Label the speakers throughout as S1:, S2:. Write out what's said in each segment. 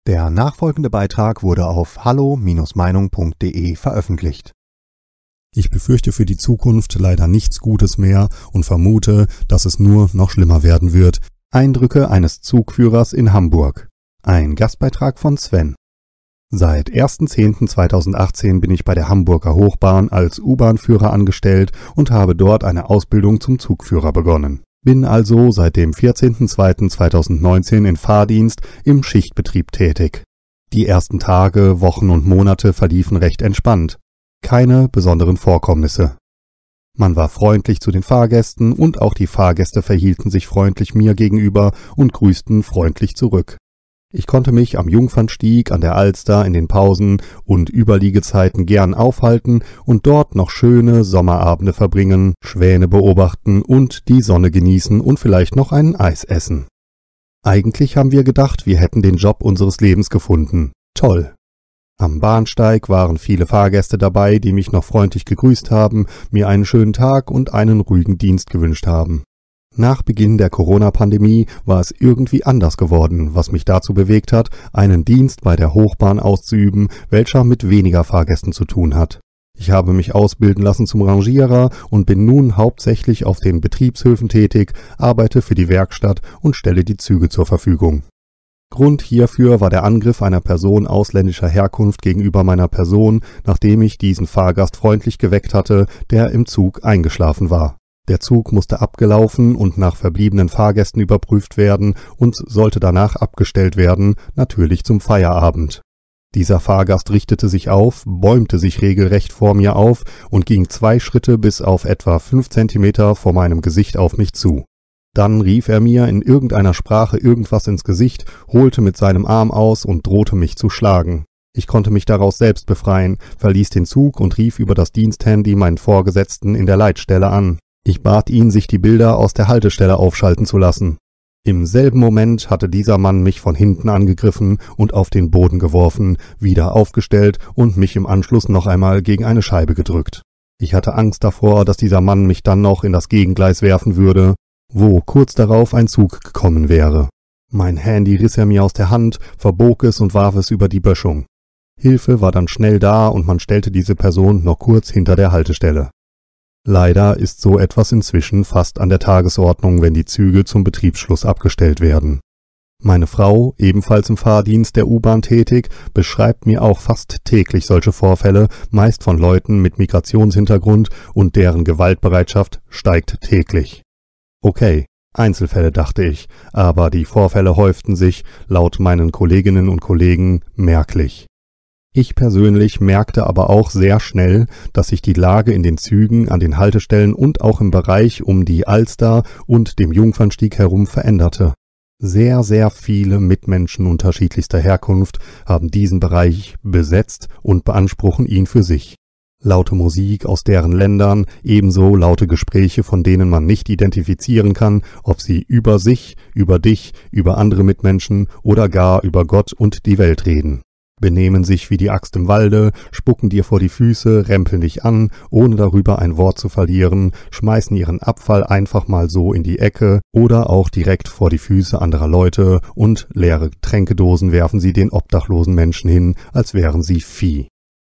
S1: Der nachfolgende Beitrag wurde auf hallo-meinung.de veröffentlicht.
S2: Ich befürchte für die Zukunft leider nichts Gutes mehr und vermute, dass es nur noch schlimmer werden wird.
S1: Eindrücke eines Zugführers in Hamburg. Ein Gastbeitrag von Sven. Seit 1.10.2018 bin ich bei der Hamburger Hochbahn als U-Bahn-Führer angestellt und habe dort eine Ausbildung zum Zugführer begonnen. Bin also seit dem 14.02.2019 in Fahrdienst im Schichtbetrieb tätig. Die ersten Tage, Wochen und Monate verliefen recht entspannt. Keine besonderen Vorkommnisse. Man war freundlich zu den Fahrgästen und auch die Fahrgäste verhielten sich freundlich mir gegenüber und grüßten freundlich zurück. Ich konnte mich am Jungfernstieg an der Alster in den Pausen und Überliegezeiten gern aufhalten und dort noch schöne Sommerabende verbringen, Schwäne beobachten und die Sonne genießen und vielleicht noch ein Eis essen. Eigentlich haben wir gedacht, wir hätten den Job unseres Lebens gefunden. Toll! Am Bahnsteig waren viele Fahrgäste dabei, die mich noch freundlich gegrüßt haben, mir einen schönen Tag und einen ruhigen Dienst gewünscht haben. Nach Beginn der Corona-Pandemie war es irgendwie anders geworden, was mich dazu bewegt hat, einen Dienst bei der Hochbahn auszuüben, welcher mit weniger Fahrgästen zu tun hat. Ich habe mich ausbilden lassen zum Rangierer und bin nun hauptsächlich auf den Betriebshöfen tätig, arbeite für die Werkstatt und stelle die Züge zur Verfügung. Grund hierfür war der Angriff einer Person ausländischer Herkunft gegenüber meiner Person, nachdem ich diesen Fahrgast freundlich geweckt hatte, der im Zug eingeschlafen war. Der Zug musste abgelaufen und nach verbliebenen Fahrgästen überprüft werden und sollte danach abgestellt werden, natürlich zum Feierabend. Dieser Fahrgast richtete sich auf, bäumte sich regelrecht vor mir auf und ging 2 Schritte bis auf etwa 5 Zentimeter vor meinem Gesicht auf mich zu. Dann rief er mir in irgendeiner Sprache irgendwas ins Gesicht, holte mit seinem Arm aus und drohte mich zu schlagen. Ich konnte mich daraus selbst befreien, verließ den Zug und rief über das Diensthandy meinen Vorgesetzten in der Leitstelle an. Ich bat ihn, sich die Bilder aus der Haltestelle aufschalten zu lassen. Im selben Moment hatte dieser Mann mich von hinten angegriffen und auf den Boden geworfen, wieder aufgestellt und mich im Anschluss noch einmal gegen eine Scheibe gedrückt. Ich hatte Angst davor, dass dieser Mann mich dann noch in das Gegengleis werfen würde, wo kurz darauf ein Zug gekommen wäre. Mein Handy riss er mir aus der Hand, verbog es und warf es über die Böschung. Hilfe war dann schnell da und man stellte diese Person noch kurz hinter der Haltestelle. Leider ist so etwas inzwischen fast an der Tagesordnung, wenn die Züge zum Betriebsschluss abgestellt werden. Meine Frau, ebenfalls im Fahrdienst der U-Bahn tätig, beschreibt mir auch fast täglich solche Vorfälle, meist von Leuten mit Migrationshintergrund, und deren Gewaltbereitschaft steigt täglich. Okay, Einzelfälle, dachte ich, aber die Vorfälle häuften sich, laut meinen Kolleginnen und Kollegen, merklich. Ich persönlich merkte aber auch sehr schnell, dass sich die Lage in den Zügen, an den Haltestellen und auch im Bereich um die Alster und dem Jungfernstieg herum veränderte. Sehr, sehr viele Mitmenschen unterschiedlichster Herkunft haben diesen Bereich besetzt und beanspruchen ihn für sich. Laute Musik aus deren Ländern, ebenso laute Gespräche, von denen man nicht identifizieren kann, ob sie über sich, über dich, über andere Mitmenschen oder gar über Gott und die Welt reden. Benehmen sich wie die Axt im Walde, spucken dir vor die Füße, rempeln dich an, ohne darüber ein Wort zu verlieren, schmeißen ihren Abfall einfach mal so in die Ecke oder auch direkt vor die Füße anderer Leute und leere Getränkedosen werfen sie den obdachlosen Menschen hin, als wären sie Vieh.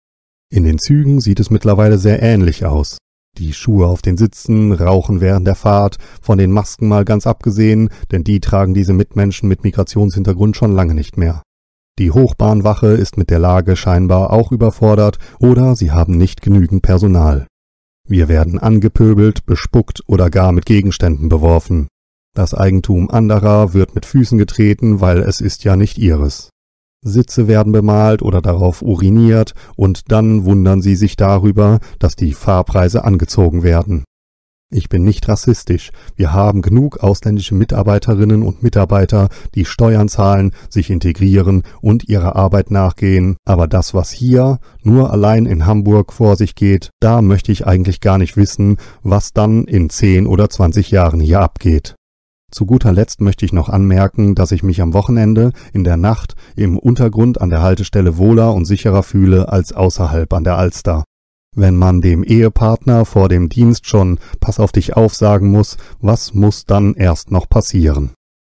S1: In den Zügen sieht es mittlerweile sehr ähnlich aus. Die Schuhe auf den Sitzen, Rauchen während der Fahrt, von den Masken mal ganz abgesehen, denn die tragen diese Mitmenschen mit Migrationshintergrund schon lange nicht mehr. Die Hochbahnwache ist mit der Lage scheinbar auch überfordert oder sie haben nicht genügend Personal. Wir werden angepöbelt, bespuckt oder gar mit Gegenständen beworfen. Das Eigentum anderer wird mit Füßen getreten, weil es ist ja nicht ihres. Sitze werden bemalt oder darauf uriniert und dann wundern sie sich darüber, dass die Fahrpreise angezogen werden. Ich bin nicht rassistisch. Wir haben genug ausländische Mitarbeiterinnen und Mitarbeiter, die Steuern zahlen, sich integrieren und ihrer Arbeit nachgehen. Aber das, was hier nur allein in Hamburg vor sich geht, da möchte ich eigentlich gar nicht wissen, was dann in 10 oder 20 Jahren hier abgeht. Zu guter Letzt möchte ich noch anmerken, dass ich mich am Wochenende, in der Nacht, im Untergrund an der Haltestelle wohler und sicherer fühle als außerhalb an der Alster. Wenn man dem Ehepartner vor dem Dienst schon „Pass auf dich auf" sagen muss, was muss dann erst noch passieren?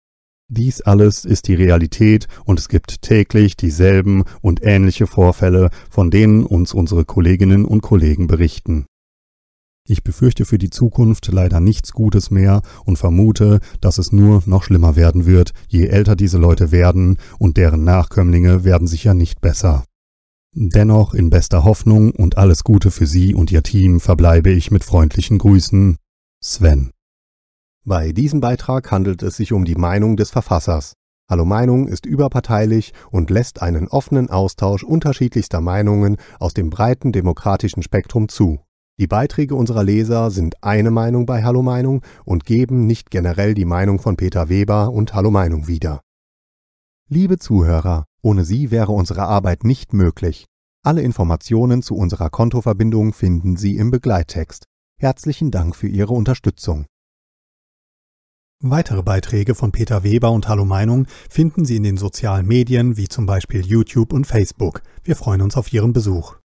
S1: Dies alles ist die Realität und es gibt täglich dieselben und ähnliche Vorfälle, von denen uns unsere Kolleginnen und Kollegen berichten.
S2: Ich befürchte für die Zukunft leider nichts Gutes mehr und vermute, dass es nur noch schlimmer werden wird, je älter diese Leute werden, und deren Nachkömmlinge werden sicher nicht besser. Dennoch in bester Hoffnung und alles Gute für Sie und Ihr Team verbleibe ich mit freundlichen Grüßen, Sven.
S1: Bei diesem Beitrag handelt es sich um die Meinung des Verfassers. Hallo Meinung ist überparteilich und lässt einen offenen Austausch unterschiedlichster Meinungen aus dem breiten demokratischen Spektrum zu. Die Beiträge unserer Leser sind eine Meinung bei Hallo Meinung und geben nicht generell die Meinung von Peter Weber und Hallo Meinung wieder. Liebe Zuhörer, ohne Sie wäre unsere Arbeit nicht möglich. Alle Informationen zu unserer Kontoverbindung finden Sie im Begleittext. Herzlichen Dank für Ihre Unterstützung.
S2: Weitere Beiträge von Peter Weber und Hallo Meinung finden Sie in den sozialen Medien wie zum Beispiel YouTube und Facebook. Wir freuen uns auf Ihren Besuch.